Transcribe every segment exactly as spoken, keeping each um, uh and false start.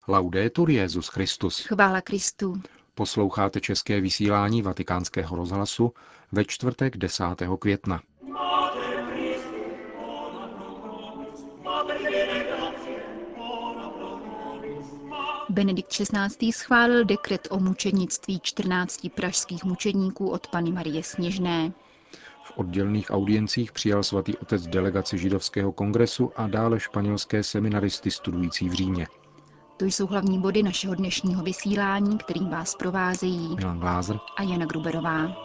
Laudetur Jesus Christus. Chvála Kristu. Posloucháte české vysílání Vatikánského rozhlasu ve čtvrtek desátého května. Benedikt šestnáctý. schválil dekret o mučednictví čtrnácti pražských mučedníků od Panny Marie Sněžné. V oddělených audiencích přijal svatý otec delegaci židovského kongresu a dále španělské seminaristy studující v Římě. To jsou hlavní body našeho dnešního vysílání, kterým vás provázejí Milan Glázer a Jana Gruberová.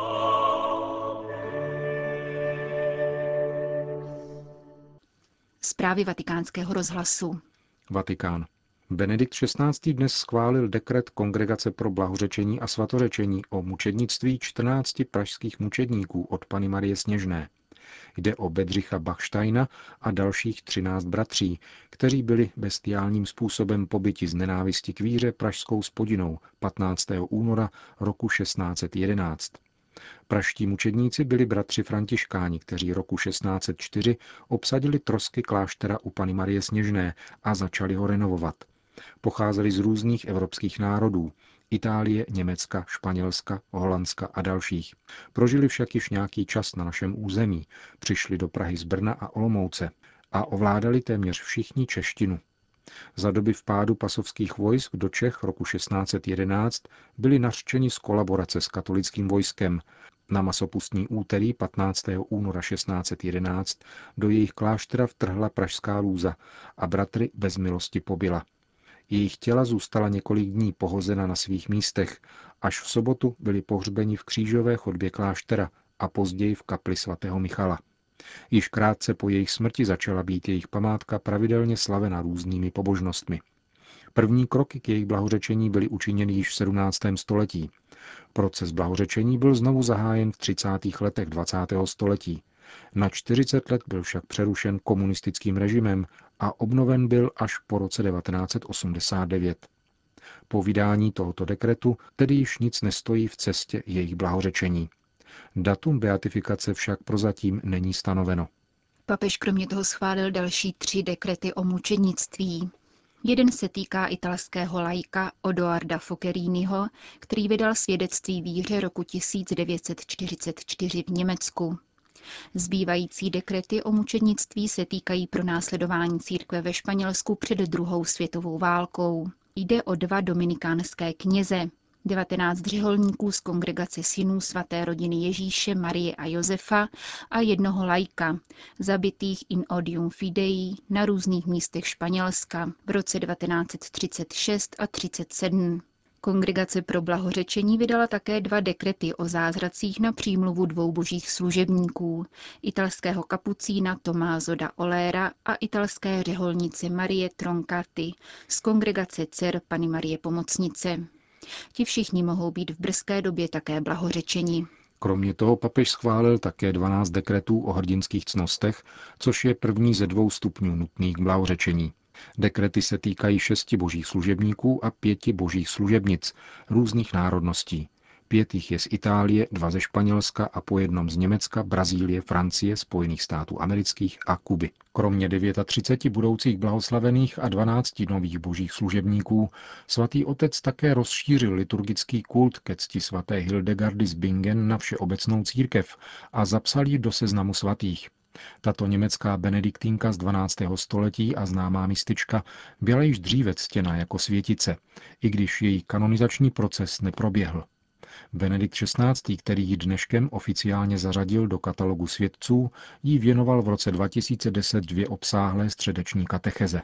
Zprávy Vatikánského rozhlasu. Vatikán. Benedikt šestnáctý. dnes schválil dekret Kongregace pro blahořečení a svatořečení o mučednictví čtrnácti pražských mučedníků od Panny Marie Sněžné. Jde o Bedřicha Bachsteina a dalších třináct bratří, kteří byli bestiálním způsobem pobiti z nenávisti k víře pražskou Spodinou patnáctého února roku šestnáct set jedenáct. Pražští mučedníci byli bratři františkáni, kteří roku šestnáct set čtyři obsadili trosky kláštera u Panny Marie Sněžné a začali ho renovovat. Pocházeli z různých evropských národů, Itálie, Německa, Španělska, Holandska a dalších. Prožili však již nějaký čas na našem území, přišli do Prahy z Brna a Olomouce a ovládali téměř všichni češtinu. Za doby vpádu pasovských vojsk do Čech roku šestnáct set jedenáct byli nařčeni z kolaborace s katolickým vojskem. Na masopustní úterý patnáctého února šestnáct set jedenáct do jejich kláštera vtrhla pražská lůza a bratry bez milosti pobila. Jejich těla zůstala několik dní pohozena na svých místech, až v sobotu byli pohřbeni v křížové chodbě kláštera a později v kapli svatého Michala. Již krátce po jejich smrti začala být jejich památka pravidelně slavena různými pobožnostmi. První kroky k jejich blahořečení byly učiněny již v sedmnáctém století. Proces blahořečení byl znovu zahájen v třicátých letech dvacátého století. Na čtyřicet let byl však přerušen komunistickým režimem a obnoven byl až po roce devatenáct set osmdesát devět. Po vydání tohoto dekretu tedy již nic nestojí v cestě jejich blahořečení. Datum beatifikace však prozatím není stanoveno. Papež kromě toho schválil další tři dekrety o mučednictví. Jeden se týká italského laika Odoarda Focheriniho, který vydal svědectví víře roku tisíc devět set čtyřicet čtyři v Německu. Zbývající dekrety o mučednictví se týkají pronásledování církve ve Španělsku před druhou světovou válkou. Jde o dva dominikánské kněze, devatenáct řeholníků z kongregace synů svaté rodiny Ježíše, Marie a Josefa a jednoho laika, zabitých in odium fidei na různých místech Španělska v roce devatenáct set třicet šest a třicet sedm. Kongregace pro blahořečení vydala také dva dekrety o zázracích na přímluvu dvou božích služebníků, italského kapucína Tommaso da Olera a italské řeholnice Marie Troncarty z kongregace dcer Panny Marie Pomocnice. Ti všichni mohou být v brzké době také blahořečeni. Kromě toho papež schválil také dvanáct dekretů o hrdinských ctnostech, což je první ze dvou stupňů nutných k blahořečení. Dekrety se týkají šesti božích služebníků a pěti božích služebnic různých národností. Pět jich je z Itálie, dva ze Španělska a po jednom z Německa, Brazílie, Francie, Spojených států amerických a Kuby. Kromě třiceti devěti budoucích blahoslavených a dvanácti nových božích služebníků svatý otec také rozšířil liturgický kult ke cti svaté Hildegardy z Bingen na všeobecnou církev a zapsal ji do seznamu svatých. Tato německá benediktínka z dvanáctého století a známá mistička byla již dříve ctěna jako světice, i když její kanonizační proces neproběhl. Benedikt šestnáctý., který ji dneškem oficiálně zařadil do katalogu světců, jí věnoval v roce dva tisíce deset dvě obsáhlé středeční katecheze.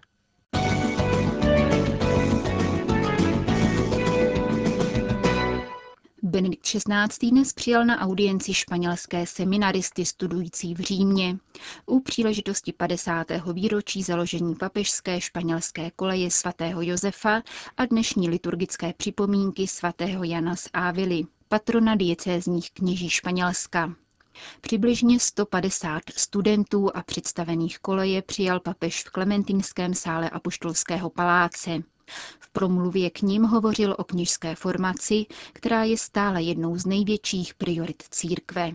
Benedikt šestnáctý. dnes přijal na audienci španělské seminaristy studující v Římě. U příležitosti padesátého výročí založení papežské španělské koleje svatého Josefa a dnešní liturgické připomínky svatého Jana z Ávily, patrona diecézních kněží Španělska. Přibližně sto padesát studentů a představených koleje přijal papež v Klementinském sále Apoštolského paláce. V promluvě k nim hovořil o kněžské formaci, která je stále jednou z největších priorit církve.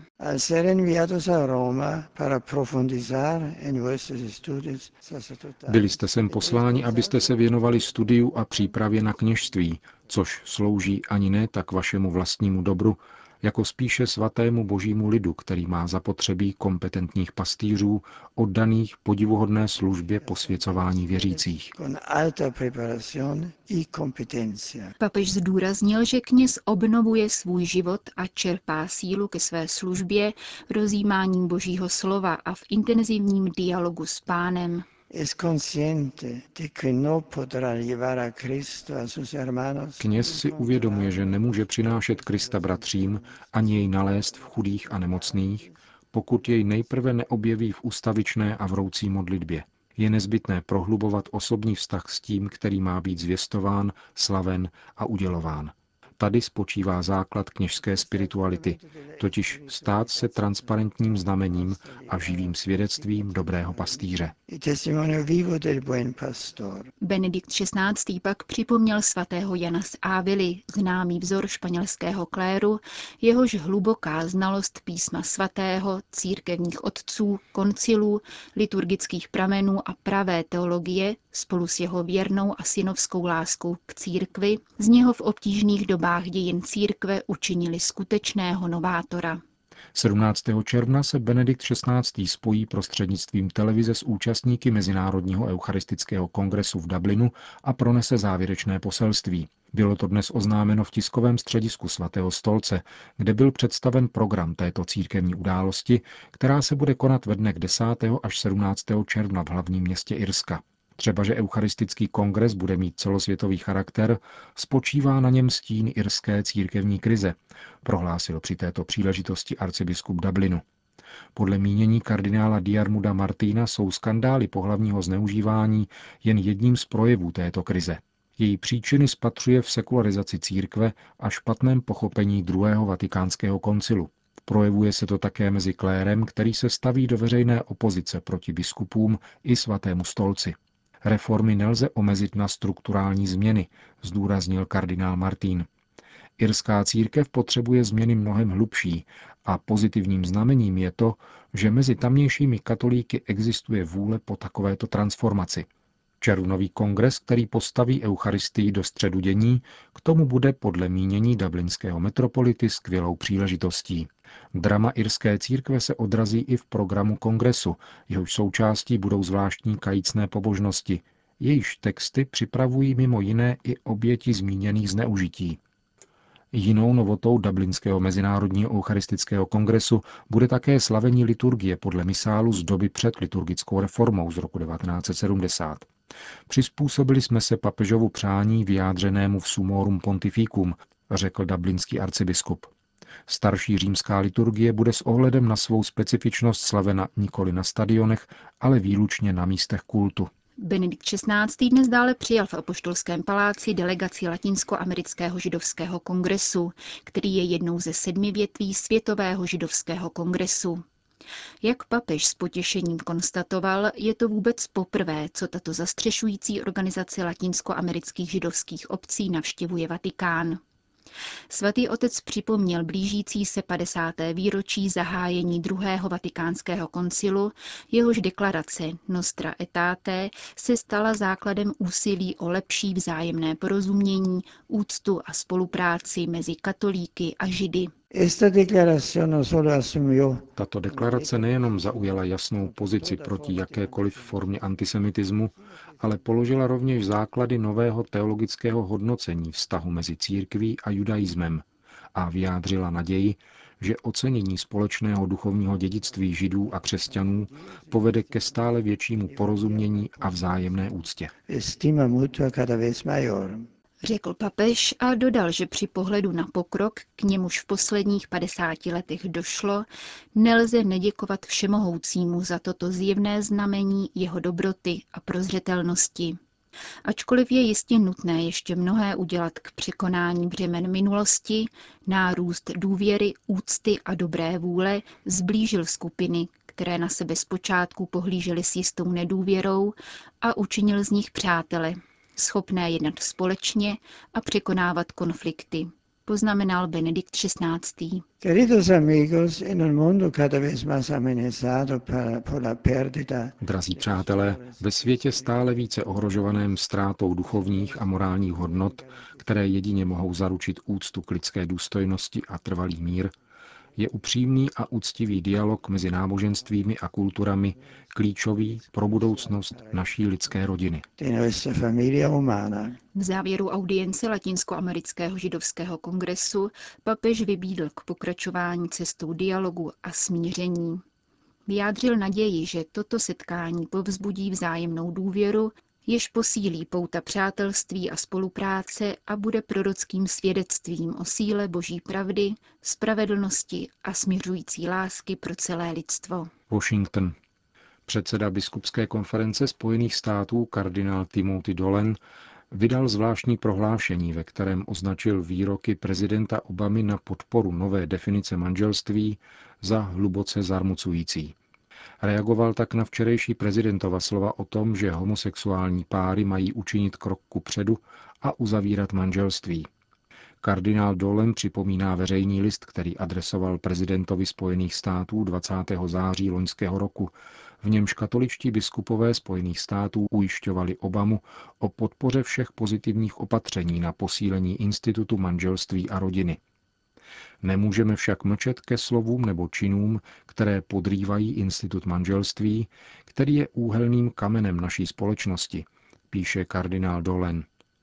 Byli jste sem posláni, abyste se věnovali studiu a přípravě na kněžství, což slouží ani ne tak vašemu vlastnímu dobru, jako spíše svatému božímu lidu, který má zapotřebí kompetentních pastýřů, oddaných podivuhodné službě posvěcování věřících. Papež zdůraznil, že kněz obnovuje svůj život a čerpá sílu ke své službě rozjímáním božího slova a v intenzivním dialogu s Pánem. Kněz si uvědomuje, že nemůže přinášet Krista bratřím ani jej nalézt v chudých a nemocných, pokud jej nejprve neobjeví v ustavičné a vroucí modlitbě. Je nezbytné prohlubovat osobní vztah s tím, který má být zvěstován, slaven a udělován. Tady spočívá základ kněžské spirituality, totiž stát se transparentním znamením a živým svědectvím dobrého pastýře. Benedikt šestnáctý pak připomněl svatého Jana z Ávily, známý vzor španělského kléru, jehož hluboká znalost písma svatého, církevních otců, koncilů, liturgických pramenů a pravé teologie spolu s jeho věrnou a synovskou láskou k církvi z něho v obtížných dobách dějin církve učinili skutečného novátora. sedmnáctého června se Benedikt šestnáctý spojí prostřednictvím televize s účastníky Mezinárodního eucharistického kongresu v Dublinu a pronese závěrečné poselství. Bylo to dnes oznámeno v tiskovém středisku Svatého stolce, kde byl představen program této církevní události, která se bude konat ve dnech desátého až sedmnáctého června v hlavním městě Irska. Třeba že eucharistický kongres bude mít celosvětový charakter, spočívá na něm stín irské církevní krize, prohlásil při této příležitosti arcibiskup Dublinu. Podle mínění kardinála Diarmuda Martina jsou skandály pohlavního zneužívání jen jedním z projevů této krize. Její příčiny spatřuje v sekularizaci církve a špatném pochopení druhého vatikánského koncilu. Projevuje se to také mezi klérem, který se staví do veřejné opozice proti biskupům i svatému stolci. Reformy nelze omezit na strukturální změny, zdůraznil kardinál Martin. Irská církev potřebuje změny mnohem hlubší a pozitivním znamením je to, že mezi tamnějšími katolíky existuje vůle po takovéto transformaci. Červnový kongres, který postaví eucharistii do středu dění, k tomu bude podle mínění dublinského metropolity skvělou příležitostí. Drama irské církve se odrazí i v programu kongresu, jehož součástí budou zvláštní kajícné pobožnosti. Jejíž texty připravují mimo jiné i oběti zmíněných zneužití. Jinou novotou Dublinského mezinárodního eucharistického kongresu bude také slavení liturgie podle misálu z doby před liturgickou reformou z roku devatenáct set sedmdesát. Přizpůsobili jsme se papežovu přání vyjádřenému v Summorum Pontificum, řekl dublinský arcibiskup. Starší římská liturgie bude s ohledem na svou specifičnost slavena nikoli na stadionech, ale výlučně na místech kultu. Benedikt šestnáctý dnes dále přijal v Apoštolském paláci delegaci Latinskoamerického židovského kongresu, který je jednou ze sedmi větví Světového židovského kongresu. Jak papež s potěšením konstatoval, je to vůbec poprvé, co tato zastřešující organizace latinskoamerických židovských obcí navštěvuje Vatikán. Svatý otec připomněl blížící se padesáté výročí zahájení druhého vatikánského koncilu, jehož deklarace Nostra Aetate se stala základem úsilí o lepší vzájemné porozumění, úctu a spolupráci mezi katolíky a židy. Tato deklarace nejenom zaujala jasnou pozici proti jakékoliv formě antisemitismu, ale položila rovněž základy nového teologického hodnocení vztahu mezi církví a judaismem a vyjádřila naději, že ocenění společného duchovního dědictví židů a křesťanů povede ke stále většímu porozumění a vzájemné úctě. Řekl papež a dodal, že při pohledu na pokrok, k němuž v posledních padesáti letech došlo, nelze neděkovat všemohoucímu za toto zjevné znamení jeho dobroty a prozřetelnosti. Ačkoliv je jistě nutné ještě mnohé udělat k překonání břemen minulosti, nárůst důvěry, úcty a dobré vůle zblížil skupiny, které na sebe zpočátku pohlížely s jistou nedůvěrou, a učinil z nich přátele, schopné jednat společně a překonávat konflikty, poznamenal Benedikt šestnáctý. Drazí přátelé, ve světě stále více ohrožovaném ztrátou duchovních a morálních hodnot, které jedině mohou zaručit úctu k lidské důstojnosti a trvalý mír, je upřímný a úctivý dialog mezi náboženstvími a kulturami klíčový pro budoucnost naší lidské rodiny. V závěru audience Latinskoamerického židovského kongresu papež vybídl k pokračování cestou dialogu a smíření. Vyjádřil naději, že toto setkání povzbudí vzájemnou důvěru, jež posílí pouta přátelství a spolupráce a bude prorockým svědectvím o síle Boží pravdy, spravedlnosti a směřující lásky pro celé lidstvo. Washington. Předseda biskupské konference Spojených států kardinál Timothy Dolan vydal zvláštní prohlášení, ve kterém označil výroky prezidenta Obamy na podporu nové definice manželství za hluboce zarmucující. Reagoval tak na včerejší prezidentova slova o tom, že homosexuální páry mají učinit krok kupředu a uzavírat manželství. Kardinál Dolan připomíná veřejný list, který adresoval prezidentovi Spojených států dvacátého září loňského roku, v němž katoličtí biskupové Spojených států ujišťovali Obamu o podpoře všech pozitivních opatření na posílení institutu manželství a rodiny. Nemůžeme však mlčet ke slovům nebo činům, které podrývají institut manželství, který je úhelným kamenem naší společnosti, píše kardinál Dolan.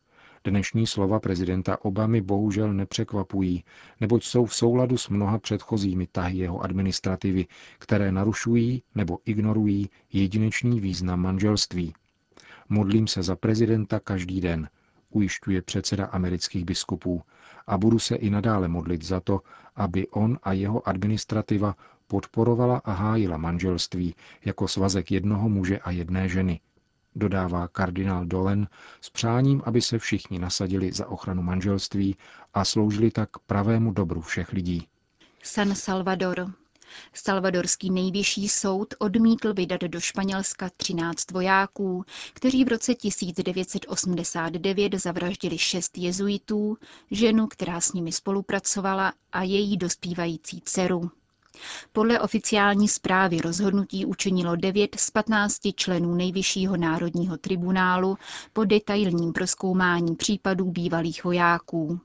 Dnešní slova prezidenta Obamy bohužel nepřekvapují, neboť jsou v souladu s mnoha předchozími tahy jeho administrativy, které narušují nebo ignorují jedinečný význam manželství. Modlím se za prezidenta každý den, ujišťuje předseda amerických biskupů, a budu se i nadále modlit za to, aby on a jeho administrativa podporovala a hájila manželství jako svazek jednoho muže a jedné ženy, dodává kardinál Dolan s přáním, aby se všichni nasadili za ochranu manželství a sloužili tak pravému dobru všech lidí. San Salvador. Salvadorský nejvyšší soud odmítl vydat do Španělska třináct vojáků, kteří v roce tisíc devět set osmdesát devět zavraždili šest jezuitů, ženu, která s nimi spolupracovala, a její dospívající dceru. Podle oficiální zprávy rozhodnutí učinilo devět z patnácti členů Nejvyššího národního tribunálu po detailním prozkoumání případů bývalých vojáků.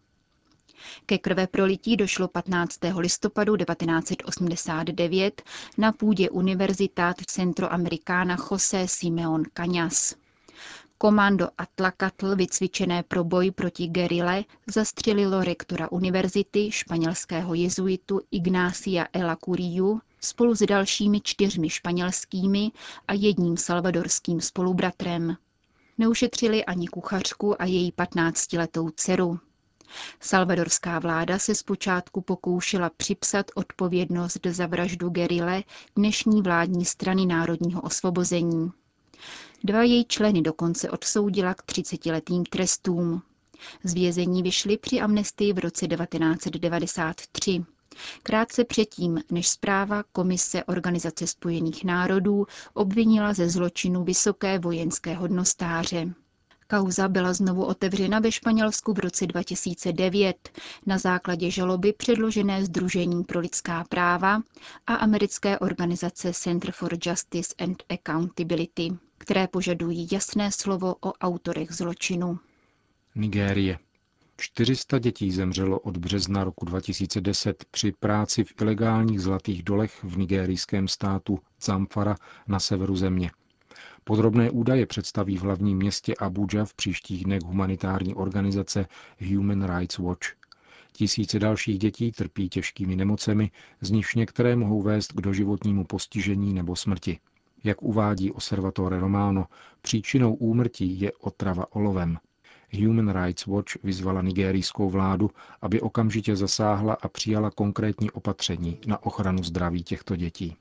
Ke krveprolití došlo patnáctého listopadu devatenáct set osmdesát devět na půdě Universitat Centroamericana José Simeón Cañas. Komando Atlacatl, vycvičené pro boj proti gerile, zastřelilo rektora univerzity, španělského jezuitu Ignácia Ela Curiu, spolu s dalšími čtyřmi španělskými a jedním salvadorským spolubratrem. Neušetřili ani kuchařku a její patnáctiletou dceru. Salvadorská vláda se zpočátku pokoušela připsat odpovědnost za vraždu gerile dnešní vládní strany národního osvobození. Dva její členy dokonce odsoudila k třicetiletým trestům. Z vězení vyšli při amnestii v roce devatenáct set devadesát tři. Krátce předtím, než zpráva Komise Organizace spojených národů obvinila ze zločinu vysoké vojenské hodnostáře. Kauza byla znovu otevřena ve Španělsku v roce dva tisíce devět na základě žaloby předložené Sdružením pro lidská práva a americké organizace Center for Justice and Accountability, které požadují jasné slovo o autorech zločinu. Nigérie. čtyři sta dětí zemřelo od března roku dva tisíce deset při práci v ilegálních zlatých dolech v nigérijském státu Zamfara na severu země. Podrobné údaje představí v hlavním městě Abuja v příštích dnech humanitární organizace Human Rights Watch. Tisíce dalších dětí trpí těžkými nemocemi, z nichž některé mohou vést k doživotnímu postižení nebo smrti. Jak uvádí Osservatore Romano, příčinou úmrtí je otrava olovem. Human Rights Watch vyzvala nigérijskou vládu, aby okamžitě zasáhla a přijala konkrétní opatření na ochranu zdraví těchto dětí.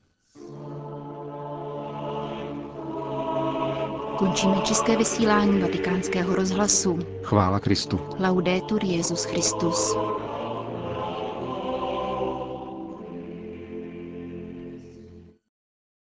Končíme české vysílání Vatikánského rozhlasu. Chvála Kristu. Laudetur Jesus Christus.